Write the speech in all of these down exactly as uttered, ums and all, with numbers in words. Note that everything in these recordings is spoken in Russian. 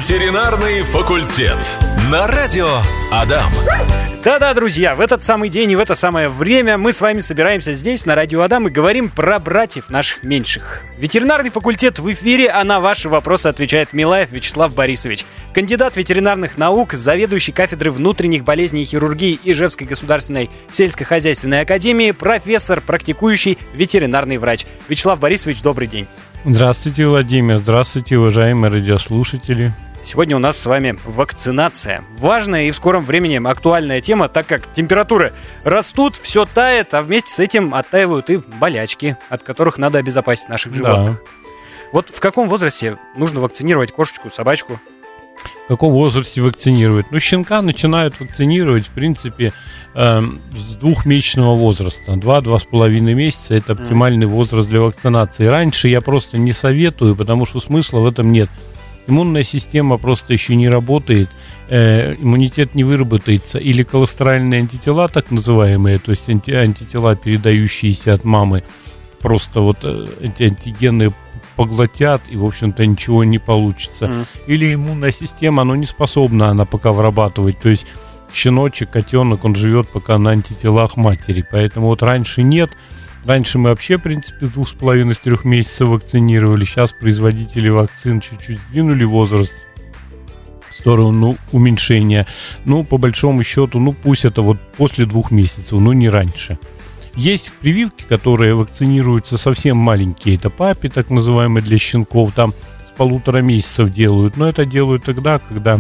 Ветеринарный факультет. На радио Адам. Да-да, друзья, в этот самый день и в это самое время мы с вами собираемся здесь, на радио Адам, и говорим про братьев наших меньших. Ветеринарный факультет в эфире, а на ваши вопросы отвечает Милаев Вячеслав Борисович. Кандидат ветеринарных наук, заведующий кафедры внутренних болезней и хирургии Ижевской государственной сельскохозяйственной академии, профессор, практикующий ветеринарный врач. Вячеслав Борисович, добрый день. Здравствуйте, Владимир. Здравствуйте, уважаемые радиослушатели. Сегодня у нас с вами вакцинация. Важная и в скором времени актуальная тема, так как температуры растут, все тает, а вместе с этим оттаивают и болячки, от которых надо обезопасить наших животных. Да. Вот в каком возрасте нужно вакцинировать кошечку, собачку? В каком возрасте вакцинировать? Ну, щенка начинают вакцинировать, в принципе, э, с двухмесячного возраста. Два-два с половиной месяца – это оптимальный возраст для вакцинации. Раньше я просто не советую, потому что смысла в этом нет. Иммунная система просто еще не работает, э, иммунитет не выработается, или колластеральные антитела, так называемые, то есть анти- антитела, передающиеся от мамы, просто вот э, эти антигены поглотят, и, в общем-то, ничего не получится. Mm. Или иммунная система, она не способна, она пока вырабатывать, то есть щеночек, котенок, он живет пока на антителах матери, поэтому вот раньше нет. Раньше мы вообще, в принципе, с двух с половиной, с трех месяцев вакцинировали. Сейчас производители вакцин чуть-чуть сдвинули возраст в сторону уменьшения. Ну, по большому счету, ну, пусть это вот после двух месяцев, но не раньше. Есть прививки, которые вакцинируются совсем маленькие. Это папи, так называемые, для щенков. Там с полутора месяцев делают. Но это делают тогда, когда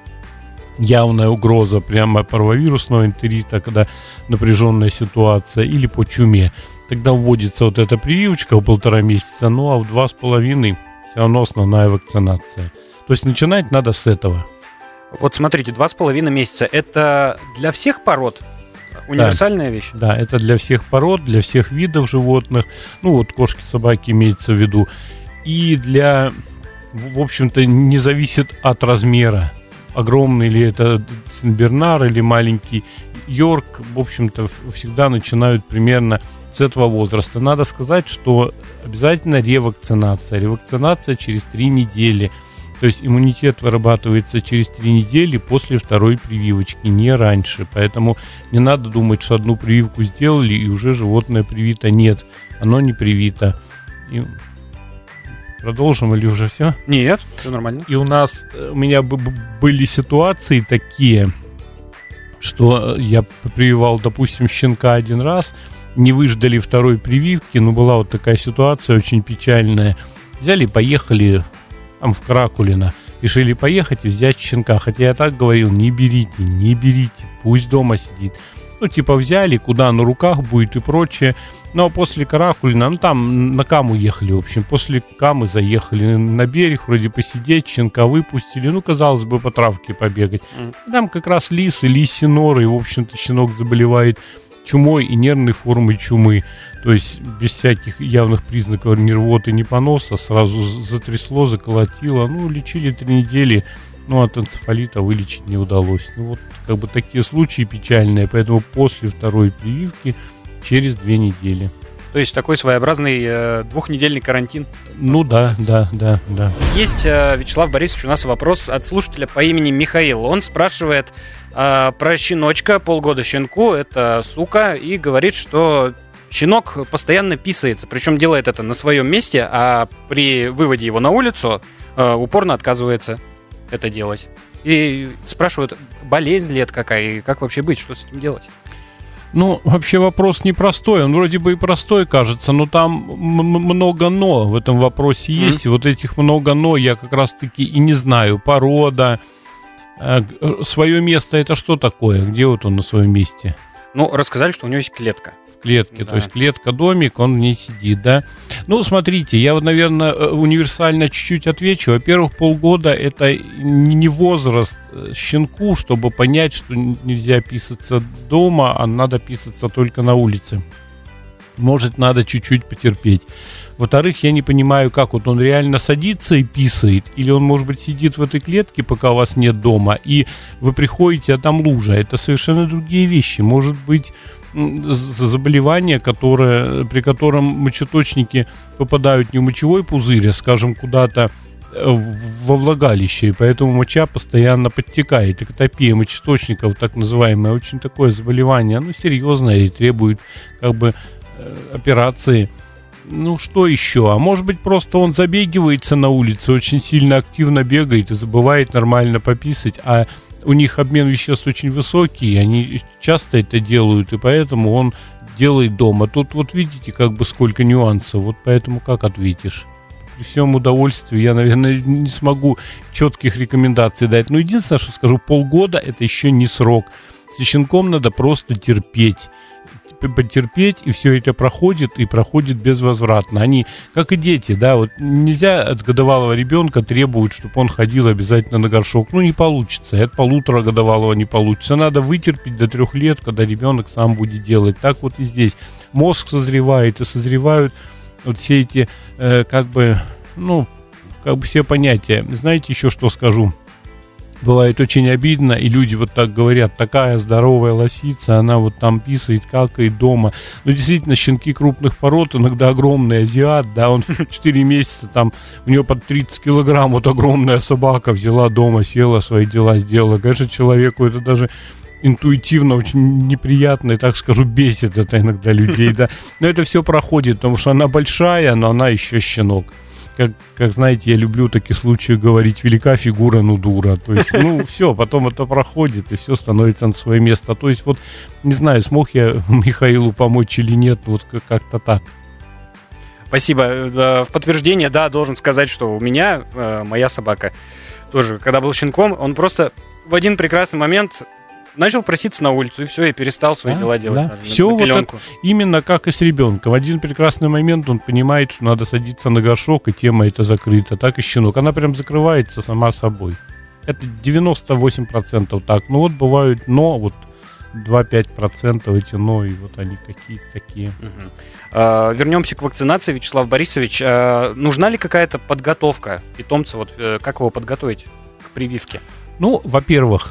явная угроза прямо парвовирусного энтерита, когда напряженная ситуация, или по чуме. Тогда вводится вот эта прививочка в полтора месяца, ну а в два с половиной все равно основная вакцинация. То есть начинать надо с этого. Вот смотрите, два с половиной месяца – это для всех пород универсальная да, вещь? Да, это для всех пород, для всех видов животных. Ну вот кошки, собаки имеется в виду. И для, в общем-то, не зависит от размера. Огромный ли это Сен-Бернар или маленький Йорк, в общем-то, всегда начинают примерно с этого возраста. Надо сказать, что обязательно ревакцинация. Ревакцинация через три недели. То есть иммунитет вырабатывается через три недели после второй прививочки, не раньше. Поэтому не надо думать, что одну прививку сделали и уже животное привито. Нет, оно не привито. И продолжим или уже все? Нет, все нормально. И у нас, у меня были ситуации такие, что я прививал, допустим, щенка один раз, не выждали второй прививки, но была вот такая ситуация очень печальная. Взяли и поехали там в Кракулино. Решили поехать и взять щенка. Хотя я так говорил, не берите, не берите, пусть дома сидит. Ну, типа взяли, куда на руках будет и прочее. Но после Каракулина, ну там на Каму ехали, в общем. После Камы заехали на берег, вроде посидеть, щенка выпустили. Ну, казалось бы, по травке побегать. Там как раз лисы, лисьи норы, и, в общем-то, щенок заболевает чумой и нервной формой чумы. То есть без всяких явных признаков ни рвоты, ни поноса. Сразу затрясло, заколотило. Ну, лечили три недели. Но от энцефалита вылечить не удалось. Ну, вот как бы такие случаи печальные. Поэтому после второй прививки через две недели. То есть такой своеобразный э, двухнедельный карантин? Ну да, да, да, да. Есть, э, Вячеслав Борисович, у нас вопрос от слушателя по имени Михаил. Он спрашивает э, про щеночка, полгода щенку, это сука, и говорит, что щенок постоянно писается, причем делает это на своем месте, а при выводе его на улицу э, упорно отказывается это делать. И спрашивают, болезнь ли это какая, и как вообще быть, что с этим делать? Ну, вообще вопрос непростой. Он вроде бы и простой кажется, но там м- много «но» в этом вопросе mm-hmm. есть. И вот этих много «но» я как раз-таки и не знаю. Порода, э, свое место — это что такое? Где вот он на своем месте? Ну, рассказали, что у него есть клетка. В клетке, да. То есть клетка-домик, он в ней сидит, да? Ну, смотрите, я вот, наверное, универсально чуть-чуть отвечу. Во-первых, полгода — это не возраст щенку, чтобы понять, что нельзя писаться дома, а надо писаться только на улице. Может, надо чуть-чуть потерпеть. Во-вторых, я не понимаю, как вот он реально садится и писает, или он, может быть, сидит в этой клетке, пока вас нет дома, и вы приходите, а там лужа. Это совершенно другие вещи. Может быть, заболевание, которое, при котором мочеточники попадают не в мочевой пузырь, а, скажем, куда-то во влагалище, и поэтому моча постоянно подтекает. Эктопия мочеточников, так называемое, очень такое заболевание, ну, серьезное и требует как бы операции. Ну, что еще? А может быть, просто он забегивается на улице, очень сильно активно бегает и забывает нормально пописать, а у них обмен веществ очень высокий, они часто это делают, и поэтому он делает дома. Тут вот видите, как бы сколько нюансов, вот поэтому как ответишь? При всем удовольствии я, наверное, не смогу четких рекомендаций дать. Но единственное, что скажу, полгода это еще не срок. С щенком надо просто терпеть. Потерпеть, и все это проходит, и проходит безвозвратно. Они, как и дети, да, вот нельзя от годовалого ребенка требовать, чтобы он ходил обязательно на горшок. Ну, не получится, и от полуторагодовалого не получится. Надо вытерпеть до трех лет, когда ребенок сам будет делать. Так вот и здесь. Мозг созревает, и созревают вот все эти, э, как бы, ну, как бы все понятия. Знаете, еще что скажу? Бывает очень обидно, и люди вот так говорят: такая здоровая лосица, она вот там писает, какает дома. Но действительно, щенки крупных пород, иногда огромный азиат, да, он в четыре месяца, там, у него под тридцать килограмм, вот огромная собака взяла дома, села, свои дела сделала. Конечно, человеку это даже интуитивно очень неприятно, и, так скажу, бесит это иногда людей, да. Но это все проходит, потому что она большая, но она еще щенок. Как, как знаете, я люблю такие случаи говорить: велика фигура, ну дура. То есть, ну, все, потом это проходит, и все становится на свое место. То есть, вот, не знаю, смог я Михаилу помочь или нет, вот как-то так. Спасибо. В подтверждение, да, должен сказать, что у меня моя собака тоже, когда был щенком, он просто в один прекрасный момент начал проситься на улицу, и все, и перестал свои да, дела делать. Да. Все вот это, именно как и с ребенком. В один прекрасный момент он понимает, что надо садиться на горшок, и тема эта закрыта. Так и щенок. Она прям закрывается сама собой. Это девяносто восемь процентов так. Ну вот бывают но, вот два-пять процентов эти но, и вот они какие-то такие. Угу. А, вернемся к вакцинации, Вячеслав Борисович. А, нужна ли какая-то подготовка питомца? Вот как его подготовить к прививке? Ну, во-первых,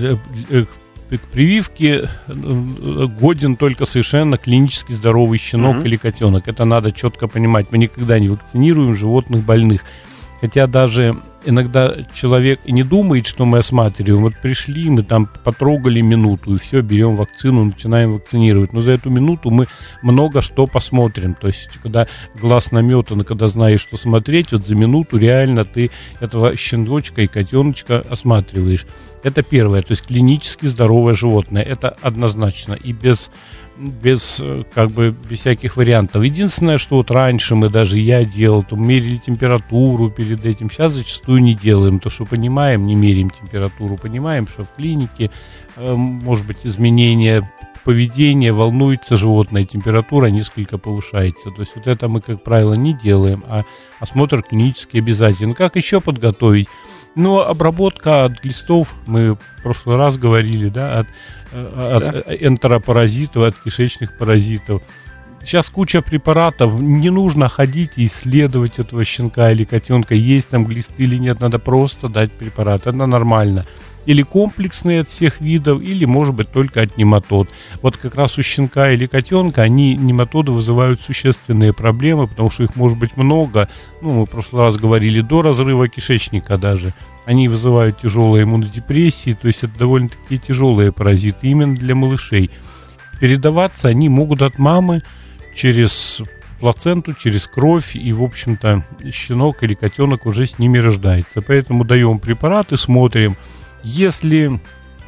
к прививке годен только совершенно клинически здоровый щенок mm-hmm. или котенок. Это надо четко понимать. Мы никогда не вакцинируем животных больных. Хотя даже иногда человек и не думает, что мы осматриваем. Вот пришли, мы там потрогали минуту, и все, берем вакцину, начинаем вакцинировать. Но за эту минуту мы много что посмотрим. То есть, когда глаз наметан, и когда знаешь, что смотреть, вот за минуту реально ты этого щеночка и котеночка осматриваешь. Это первое. То есть, клинически здоровое животное. Это однозначно. И без... без, как бы, без всяких вариантов. Единственное, что вот раньше мы, даже я делал, то мерили температуру перед этим. Сейчас зачастую не делаем, то что понимаем, не меряем температуру, понимаем, что в клинике э, может быть изменение поведения, волнуется животное, температура несколько повышается. То есть вот это мы, как правило, не делаем, а осмотр клинически обязателен. Как еще подготовить? Ну, обработка от глистов, мы в прошлый раз говорили, да, от, от да. энтеропаразитов, от кишечных паразитов. Сейчас куча препаратов, не нужно ходить и исследовать этого щенка или котенка, есть там глисты или нет, надо просто дать препарат, это нормально. Или комплексные от всех видов, или, может быть, только от нематод. Вот как раз у щенка или котенка они, нематоды, вызывают существенные проблемы, потому что их может быть много. Ну, мы в прошлый раз говорили, до разрыва кишечника даже. Они вызывают тяжелые иммунодепрессии, то есть это довольно-таки тяжелые паразиты именно для малышей. Передаваться они могут от мамы через плаценту, через кровь, и, в общем-то, щенок или котенок уже с ними рождается. Поэтому даем препараты, смотрим. Если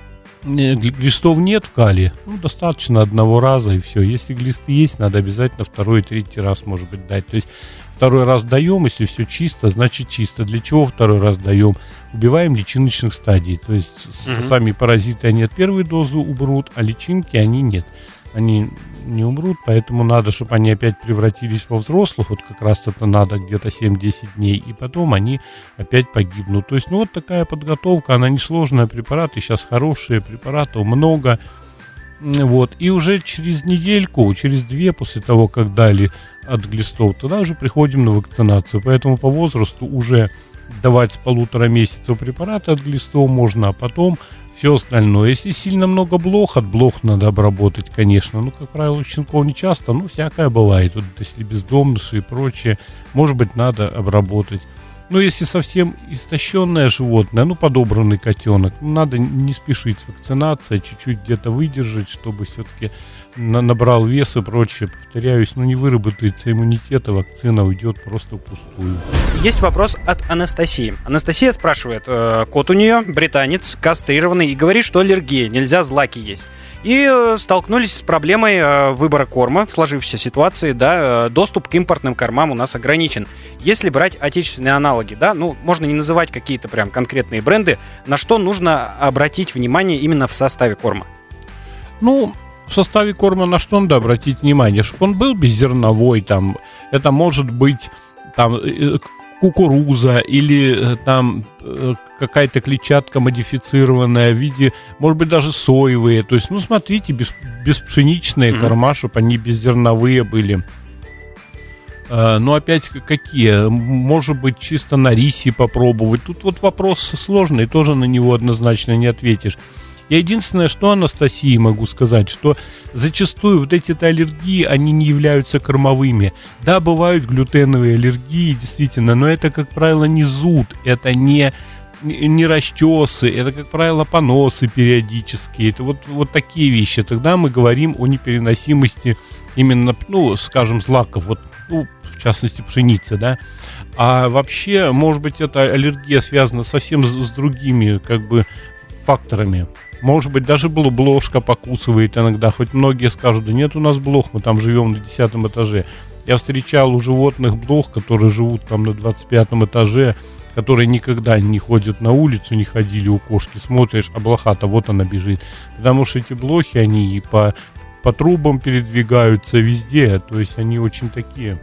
глистов нет в кале, ну, достаточно одного раза и все. Если глисты есть, надо обязательно второй и третий раз, может быть, дать. То есть второй раз даем, если все чисто, значит чисто. Для чего второй раз даем? Убиваем личиночных стадий. То есть mm-hmm. сами паразиты они от первой дозы умрут, а личинки они нет. Они не умрут, поэтому надо, чтобы они опять превратились во взрослых, вот как раз это надо где-то семь-десять дней, и потом они опять погибнут. То есть, ну, вот такая подготовка, она несложная, препараты сейчас хорошие, препаратов много, вот, и уже через недельку, через две после того, как дали от глистов, тогда уже приходим на вакцинацию, поэтому по возрасту уже давать с полутора месяцев препараты от глистов можно, а потом все остальное. Если сильно много блох, от блох надо обработать, конечно. Ну, как правило, у щенков не часто, ну, всякое бывает. Вот, если бездомные и прочее, может быть, надо обработать. Ну, если совсем истощенное животное, ну, подобранный котенок, ну, надо не спешить с вакцинацией, чуть-чуть где-то выдержать, чтобы все-таки на- набрал вес и прочее. Повторяюсь, ну, не выработается иммунитет, а вакцина уйдет просто впустую. Есть вопрос от Анастасии. Анастасия спрашивает, э, кот у нее, британец, кастрированный, и говорит, что аллергия, нельзя злаки есть. И э, столкнулись с проблемой э, выбора корма в сложившейся ситуации, да, э, доступ к импортным кормам у нас ограничен. Если брать отечественные аналоги, да, ну, можно не называть какие-то прям конкретные бренды, на что нужно обратить внимание именно в составе корма? Ну, в составе корма на что надо обратить внимание? Чтобы он был беззерновой, там, это может быть там э, кукуруза или э, там э, какая-то клетчатка модифицированная в виде, может быть, даже соевые. То есть, ну, смотрите, без, беспшеничные mm-hmm. корма, чтобы они беззерновые были. Uh, ну, опять какие? Может быть, чисто на рисе попробовать. Тут вот вопрос сложный, тоже на него однозначно не ответишь. Я единственное, что Анастасии могу сказать, что зачастую вот эти-то аллергии, они не являются кормовыми. Да, бывают глютеновые аллергии, действительно, но это, как правило, не зуд, это не, не расчесы, это, как правило, поносы периодические. Это вот, вот такие вещи. Тогда мы говорим о непереносимости именно, ну, скажем, злаков, вот, ну, в частности, пшеницы, да. А вообще, может быть, эта аллергия связана совсем с, с другими, как бы, факторами. Может быть, даже бложка покусывает иногда, хоть многие скажут, да нет у нас блох, мы там живем на десятом этаже. Я встречал у животных блох, которые живут там на двадцать пятом этаже, которые никогда не ходят на улицу, не ходили у кошки, смотришь, а блоха-то вот она бежит. Потому что эти блохи, они и по, по трубам передвигаются везде, то есть они очень такие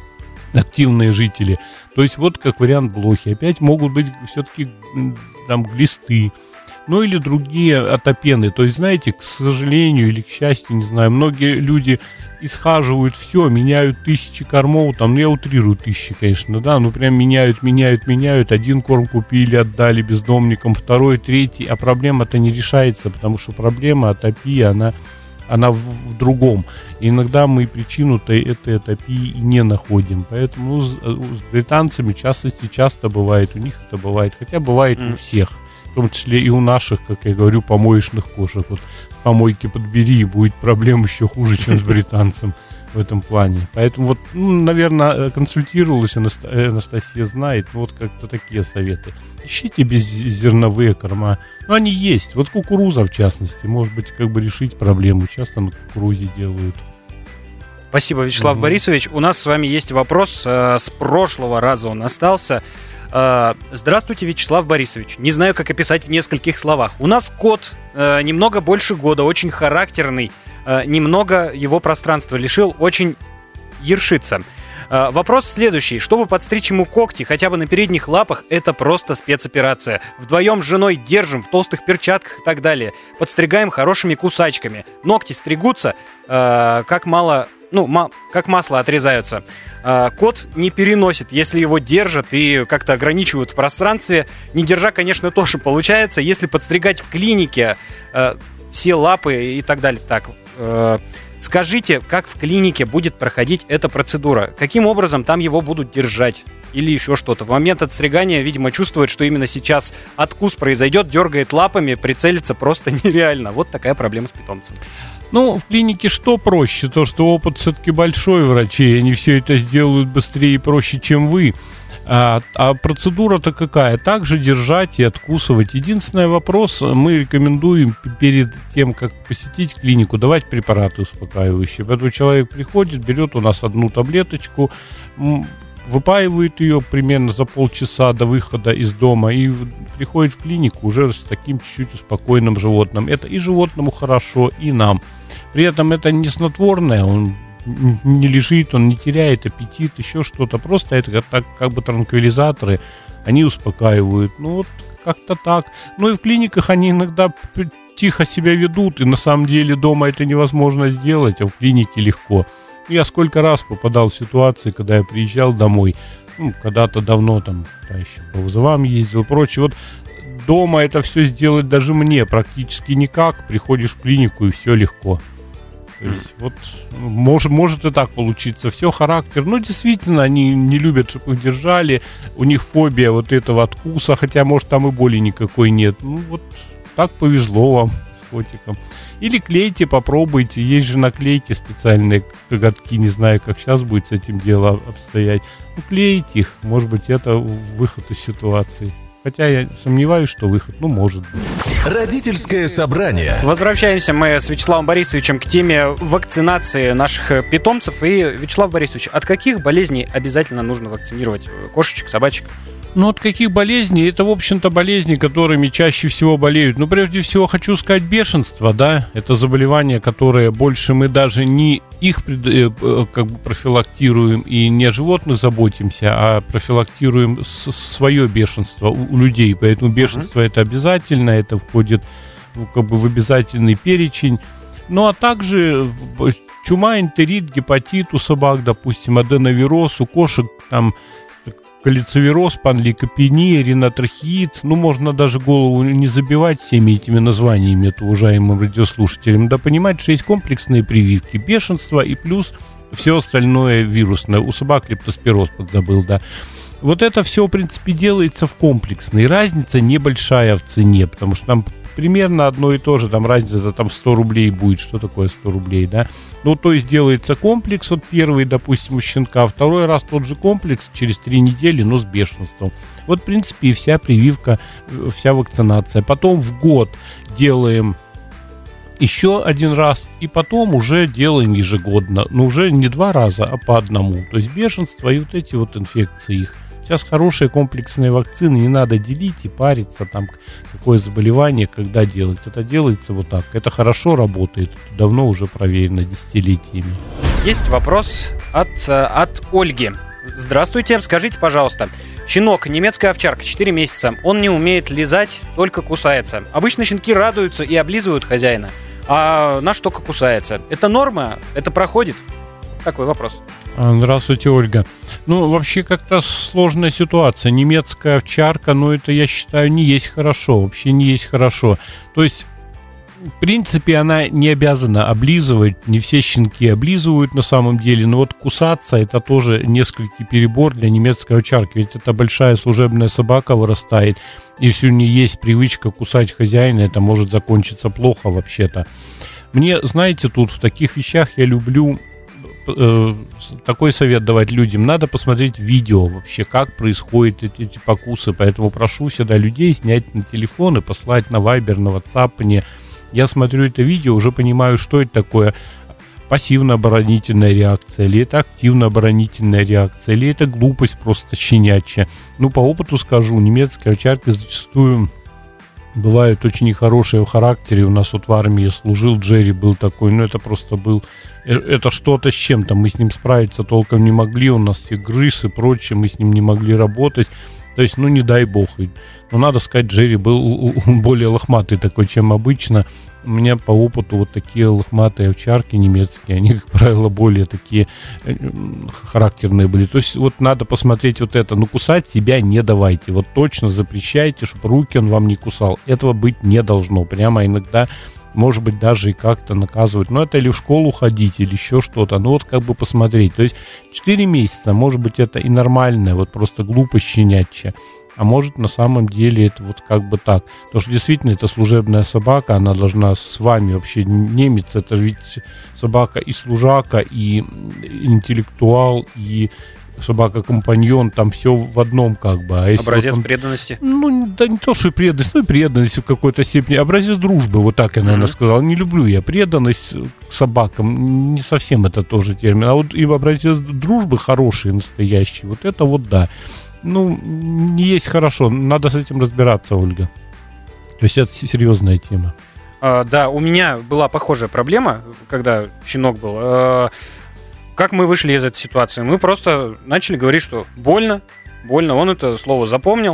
активные жители. То есть вот как вариант блохи. Опять могут быть все-таки там глисты, ну или другие атопены. То есть, знаете, к сожалению или к счастью, не знаю, многие люди исхаживают все, меняют тысячи кормов, там, ну я утрирую тысячи, конечно, да, ну прям меняют, меняют, меняют, один корм купили, отдали бездомникам, второй, третий, а проблема-то не решается, потому что проблема атопии, она, она в, в другом. И иногда мы причину-то этой атопии и не находим, поэтому ну, с, с британцами, в частности, часто бывает, у них это бывает, хотя бывает mm. у всех. В том числе и у наших, как я говорю, помоечных кошек. Вот с помойки подбери, будет проблем еще хуже, чем с британцем в этом плане. Поэтому вот, ну, наверное, консультировалась, Анастасия знает, ну, вот как-то такие советы. Ищите беззерновые корма. Ну, они есть. Вот кукуруза, в частности, может быть, как бы решить проблему. Часто на кукурузе делают. Спасибо, Вячеслав mm-hmm. Борисович. У нас с вами есть вопрос. Э, с прошлого раза он остался. Здравствуйте, Вячеслав Борисович. Не знаю, как описать в нескольких словах. У нас кот э, немного больше года, очень характерный, э, немного его пространства лишил, очень ершится. Э, вопрос следующий. Чтобы подстричь ему когти хотя бы на передних лапах, это просто спецоперация. Вдвоем с женой держим в толстых перчатках и так далее. Подстригаем хорошими кусачками. Ногти стригутся, э, как мало... Ну, ма- как масло отрезаются. А, кот не переносит, если его держат и как-то ограничивают в пространстве. Не держа, конечно, тоже получается. Если подстригать в клинике а, все лапы и так далее. Так, а, скажите, как в клинике будет проходить эта процедура? Каким образом там его будут держать? Или еще что-то? В момент отстригания, видимо, чувствует, что именно сейчас откус произойдет, дергает лапами, прицелиться просто нереально. Вот такая проблема с питомцем. Ну, в клинике что проще? То, что опыт все-таки большой врачей, они все это сделают быстрее и проще, чем вы. А, а процедура-то какая? Также держать и откусывать. Единственный вопрос, мы рекомендуем перед тем, как посетить клинику, давать препараты успокаивающие. Поэтому человек приходит, берет у нас одну таблеточку, выпаивает ее примерно за полчаса до выхода из дома и приходит в клинику уже с таким чуть-чуть успокоенным животным. Это и животному хорошо, и нам. При этом это не снотворное, он не лежит, он не теряет аппетит, еще что-то. Просто это так, как бы транквилизаторы, они успокаивают. Ну вот как-то так. Ну и в клиниках они иногда тихо себя ведут, и на самом деле дома это невозможно сделать, а в клинике легко. Я сколько раз попадал в ситуации, когда я приезжал домой, ну, когда-то давно там, да, еще по вызовам ездил и прочее. Вот дома это все сделать даже мне практически никак. Приходишь в клинику, и все легко. То есть вот может, может и так получиться. Все характер. Ну, действительно, они не любят, чтобы их держали. У них фобия вот этого откуса, хотя, может, там и боли никакой нет. Ну, вот так повезло вам с котиком. Или клейте, попробуйте. Есть же наклейки специальные, коготки. Не знаю, как сейчас будет с этим делом обстоять. Ну, клейте их. Может быть, это выход из ситуации. Хотя я сомневаюсь, что выход, ну, может быть. Родительское собрание. Возвращаемся мы с Вячеславом Борисовичем к теме вакцинации наших питомцев. И, Вячеслав Борисович, от каких болезней обязательно нужно вакцинировать кошечек, собачек? Ну, от каких болезней? Это, в общем-то, болезни, которыми чаще всего болеют. Ну, прежде всего, хочу сказать, бешенство, да, это заболевание, которое больше мы даже не их как бы профилактируем и не о животных заботимся, а профилактируем свое бешенство у, у людей. Поэтому бешенство uh-huh. это обязательно, это входит как бы в обязательный перечень. Ну, а также чума, энтерит, гепатит у собак, допустим, аденовироз, у кошек там калицивироз, панлейкопения, ринотрахеид. Ну, можно даже голову не забивать всеми этими названиями, это уважаемым радиослушателям. Да понимать, что есть комплексные прививки, бешенство и плюс все остальное вирусное. У собак лептоспироз подзабыл, да. Вот это все, в принципе, делается в комплексной. Разница небольшая в цене, потому что там примерно одно и то же, там разница там сто рублей будет. Что такое сто рублей, да? Ну, то есть делается комплекс, вот первый, допустим, у щенка, а второй раз тот же комплекс через три недели, но с бешенством. Вот, в принципе, и вся прививка, вся вакцинация. Потом в год делаем еще один раз, и потом уже делаем ежегодно. Но уже не два раза, а по одному. То есть бешенство и вот эти вот инфекции их. Сейчас хорошие комплексные вакцины, не надо делить и париться, там, какое заболевание, когда делать. Это делается вот так. Это хорошо работает, давно уже проверено, десятилетиями. Есть вопрос от, от Ольги. Здравствуйте, скажите, пожалуйста, щенок, немецкая овчарка, четыре месяца, он не умеет лизать, только кусается. Обычно щенки радуются и облизывают хозяина, а наш только кусается. Это норма? Это проходит? Такой вопрос. Здравствуйте, Ольга. Ну, вообще как-то сложная ситуация. Немецкая овчарка, ну, это, я считаю, не есть хорошо. Вообще не есть хорошо. То есть, в принципе, она не обязана облизывать. Не все щенки облизывают на самом деле. Но вот кусаться, это тоже несколько перебор для немецкой овчарки. Ведь это большая служебная собака вырастает. Если у нее есть привычка кусать хозяина, это может закончиться плохо вообще-то. Мне, знаете, тут в таких вещах я люблю такой совет давать людям. Надо посмотреть видео вообще, как происходят эти, эти покусы. Поэтому прошу всегда людей снять на телефон и послать на Viber, на WhatsApp мне. Я смотрю это видео, уже понимаю, что это такое. Пассивно-оборонительная реакция, или это активно-оборонительная реакция, или это глупость просто щенячья. Ну, по опыту скажу, немецкие овчарки зачастую бывают очень нехорошие в характере. У нас вот в армии служил Джерри, был такой, ну это просто был, это что-то с чем-то, мы с ним справиться толком не могли, у нас все грыз и прочее, мы с ним не могли работать, то есть, ну не дай бог. Но надо сказать, Джерри был более лохматый такой, чем обычно. У меня по опыту вот такие лохматые овчарки немецкие, они, как правило, более такие характерные были. То есть вот надо посмотреть вот это. Ну, кусать себя не давайте. Вот точно запрещайте, чтобы руки он вам не кусал. Этого быть не должно. Прямо иногда, может быть, даже и как-то наказывать. Но это или в школу ходить, или еще что-то. Ну, вот как бы посмотреть. То есть четыре месяца, может быть, это и нормальное, вот просто глупость щенячья. А может, на самом деле это вот как бы так. Потому что действительно это служебная собака, она должна с вами вообще, немец, это ведь собака и служака, и интеллектуал, и собака-компаньон, там все в одном как бы. А если образец вот он, преданности? Ну, да не то, что и преданность, ну и преданность в какой-то степени. Образец дружбы, вот так я, наверное, mm-hmm. сказал. Не люблю я преданность к собакам, не совсем это тоже термин. А вот и образец дружбы хороший, настоящий, вот это вот да. Ну, не есть хорошо, надо с этим разбираться, Ольга. То есть это серьезная тема. А, да, у меня была похожая проблема, когда щенок был. А, как мы вышли из этой ситуации? Мы просто начали говорить, что больно, больно. Он это слово запомнил.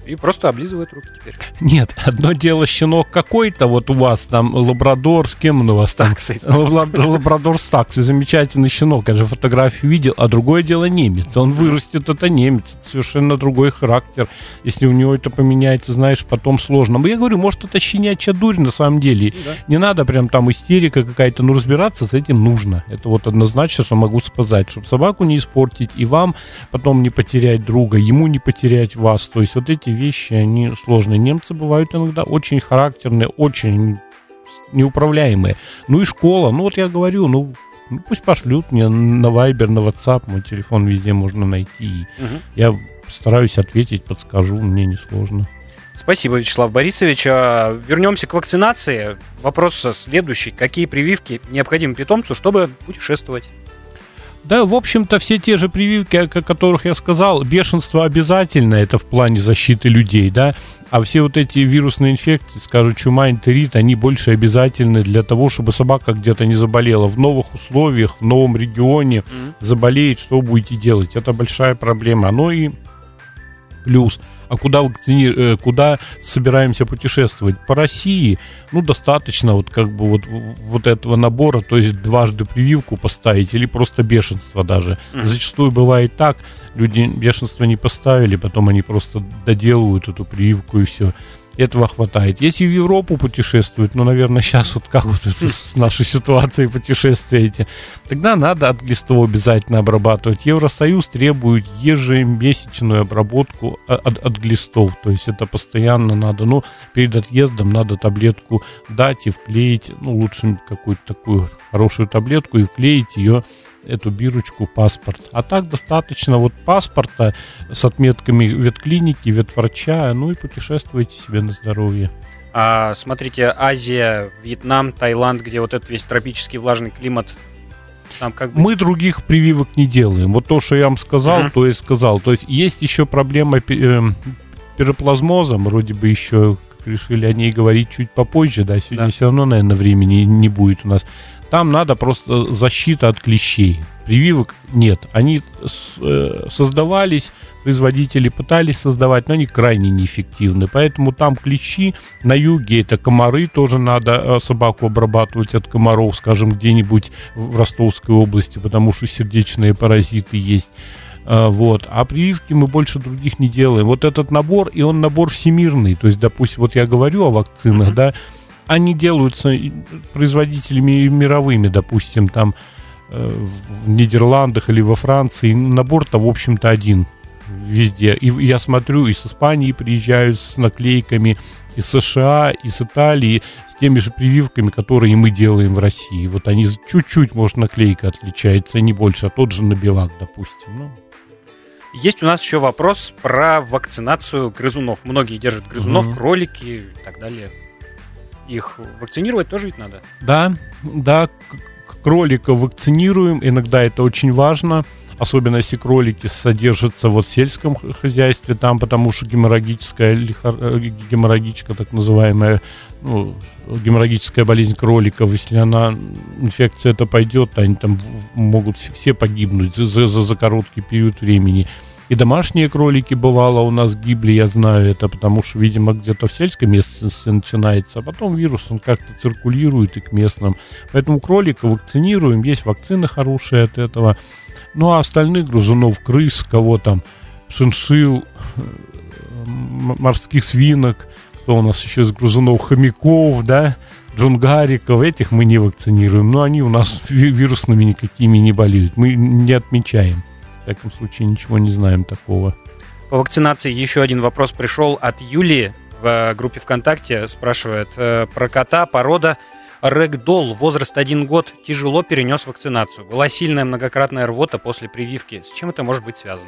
и просто облизывают руки теперь. Нет, одно дело щенок какой-то, вот у вас там лабрадор, с кем у вас там? Таксой. Лабрадор с таксой, замечательный щенок, я же фотографию видел, а другое дело немец. Он вырастет, это немец, это совершенно другой характер. Если у него это поменяется, знаешь, потом сложно. Но я говорю, может, это щенячья дурь на самом деле. Да. Не надо прям там истерика какая-то, но разбираться с этим нужно. Это вот однозначно, что могу сказать, чтобы собаку не испортить, и вам потом не потерять друга, ему не потерять вас. То есть вот эти вещи, они сложные. Немцы бывают иногда очень характерные, очень неуправляемые. Ну и школа, ну вот я говорю, ну, ну пусть пошлют мне на Viber, на WhatsApp, мой телефон везде можно найти. Угу. Я постараюсь ответить, подскажу, мне несложно. Спасибо, Вячеслав Борисович. Вернемся к вакцинации. Вопрос следующий. Какие прививки необходимы питомцу, чтобы путешествовать? Да, в общем-то, все те же прививки, о которых я сказал, бешенство обязательно, это в плане защиты людей, да, а все вот эти вирусные инфекции, скажем, чума, энтерит, они больше обязательны для того, чтобы собака где-то не заболела. В новых условиях, в новом регионе mm-hmm. заболеет, что будете делать? Это большая проблема. Ну и плюс, а куда, вакцини... куда собираемся путешествовать? По России, ну, достаточно вот как бы вот, вот этого набора, то есть дважды прививку поставить или просто бешенство даже. Mm-hmm. Зачастую бывает так, люди бешенство не поставили, потом они просто доделывают эту прививку и все. Этого хватает. Если в Европу путешествуют, ну, наверное, сейчас вот как вот это с нашей ситуацией путешествуете, тогда надо от глистов обязательно обрабатывать. Евросоюз требует ежемесячную обработку от, от глистов, то есть это постоянно надо, ну, перед отъездом надо таблетку дать и вклеить, ну, лучше какую-то такую хорошую таблетку и вклеить ее, эту бирочку, паспорт. А так достаточно вот паспорта с отметками ветклиники, ветврача, ну и путешествуйте себе на здоровье. А, смотрите, Азия, Вьетнам, Таиланд, где вот этот весь тропический влажный климат, там как бы... Мы других прививок не делаем. Вот то, что я вам сказал, uh-huh. то и сказал. То есть есть еще проблема э, пироплазмоза, вроде бы еще решили о ней говорить чуть попозже, да, сегодня да. все равно, наверное, времени не будет у нас. Там надо просто защита от клещей. Прививок нет. Они создавались, производители пытались создавать, но они крайне неэффективны. Поэтому там клещи, на юге это комары, тоже надо собаку обрабатывать от комаров, скажем, где-нибудь в Ростовской области, потому что сердечные паразиты есть. Вот. А прививки мы больше других не делаем. Вот этот набор, и он набор всемирный. То есть, допустим, вот я говорю о вакцинах, mm-hmm. да, они делаются производителями мировыми, допустим, там в Нидерландах или во Франции. Набор-то, в общем-то, один везде. И я смотрю, из Испании приезжают с наклейками, из США, из Италии, с теми же прививками, которые мы делаем в России. Вот они чуть-чуть, может, наклейка отличается, не больше, а тот же набивак, допустим. Ну. Есть у нас еще вопрос про вакцинацию грызунов. Многие держат грызунов, угу. кролики и так далее. Их вакцинировать тоже ведь надо? Да, да, кроликов вакцинируем, иногда это очень важно, особенно если кролики содержатся вот в сельском хозяйстве, там, потому что геморрагическая, геморрагическая так называемая, ну, геморрагическая болезнь кроликов, если она, инфекция это пойдет, они там могут все погибнуть за, за, за короткий период времени. И домашние кролики, бывало, у нас гибли, я знаю это, потому что, видимо, где-то в сельской местности начинается, а потом вирус, он как-то циркулирует и к местным. Поэтому кролика вакцинируем, есть вакцины хорошие от этого. Ну, а остальных грызунов, крыс, кого там, шиншилл, морских свинок, кто у нас еще из грызунов, хомяков, да, джунгариков, этих мы не вакцинируем, но они у нас вирусными никакими не болеют, мы не отмечаем. В всяком случае, ничего не знаем такого. По вакцинации еще один вопрос пришел от Юлии в группе ВКонтакте. Спрашивает, про кота порода рэгдолл, возраст один год, тяжело перенес вакцинацию. Была сильная многократная рвота после прививки. С чем это может быть связано?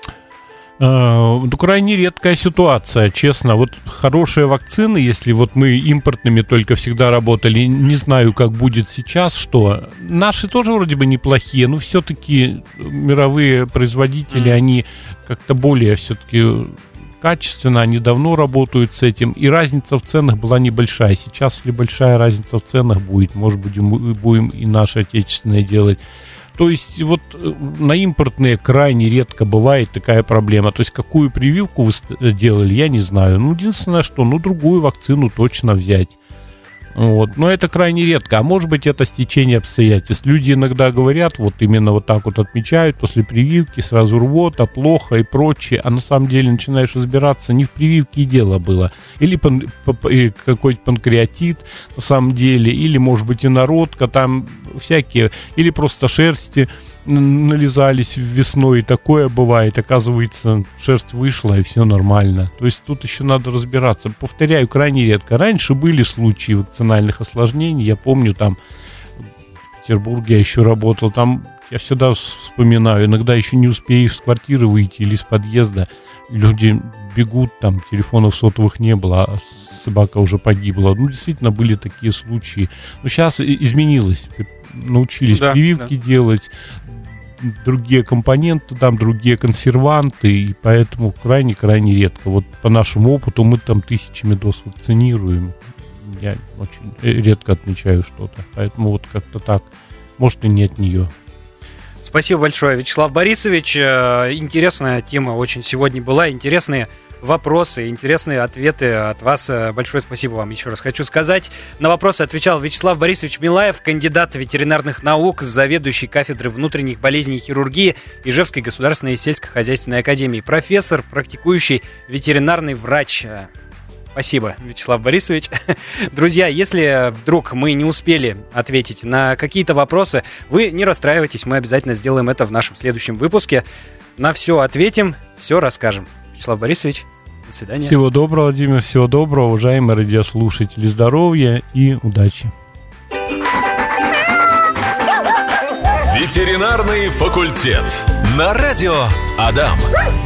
Ну, крайне редкая ситуация, честно. Вот хорошие вакцины, если вот мы импортными только всегда работали, не знаю, как будет сейчас, что. Наши тоже вроде бы неплохие, но все-таки мировые производители, mm. они как-то более все-таки качественно, они давно работают с этим, и разница в ценах была небольшая. Сейчас, если большая разница в ценах будет, может быть, мы будем и наши отечественные делать. То есть вот на импортные крайне редко бывает такая проблема. То есть какую прививку вы делали, я не знаю. Ну, единственное, что, ну, другую вакцину точно взять. Вот. Но это крайне редко. А может быть, это стечение обстоятельств. Люди иногда говорят, вот именно вот так вот отмечают, после прививки сразу рвота, плохо и прочее. А на самом деле начинаешь разбираться, не в прививке и дело было. Или пан- какой-то панкреатит на самом деле, или, может быть, инородка, там всякие, или просто шерсти нализались весной, и такое бывает. Оказывается, шерсть вышла, и все нормально. То есть тут еще надо разбираться. Повторяю, крайне редко. Раньше были случаи вакцинальных осложнений. Я помню, там в Петербурге я еще работал. Там я всегда вспоминаю, иногда еще не успеешь с квартиры выйти или с подъезда. Люди бегут, там телефонов сотовых не было, а собака уже погибла. Ну, действительно, были такие случаи. Но сейчас изменилось. Научились да, прививки да. делать, другие компоненты, там другие консерванты, и поэтому крайне-крайне редко. Вот по нашему опыту мы там тысячами доз вакцинируем. Я очень редко отмечаю что-то. Поэтому вот как-то так. Может, и не от нее. Спасибо большое, Вячеслав Борисович. Интересная тема очень сегодня была. Интересные вопросы, интересные ответы от вас. Большое спасибо вам еще раз хочу сказать. На вопросы отвечал Вячеслав Борисович Милаев, кандидат ветеринарных наук, заведующий кафедры внутренних болезней и хирургии Ижевской государственной сельскохозяйственной академии, профессор, практикующий ветеринарный врач. Спасибо, Вячеслав Борисович. Друзья, если вдруг мы не успели ответить на какие-то вопросы, вы не расстраивайтесь, мы обязательно сделаем это в нашем следующем выпуске. На все ответим, все расскажем. Вячеслав Борисович, до свидания. Всего доброго, Владимир, всего доброго, уважаемые радиослушатели. Здоровья и удачи. Ветеринарный факультет. На радио Адам.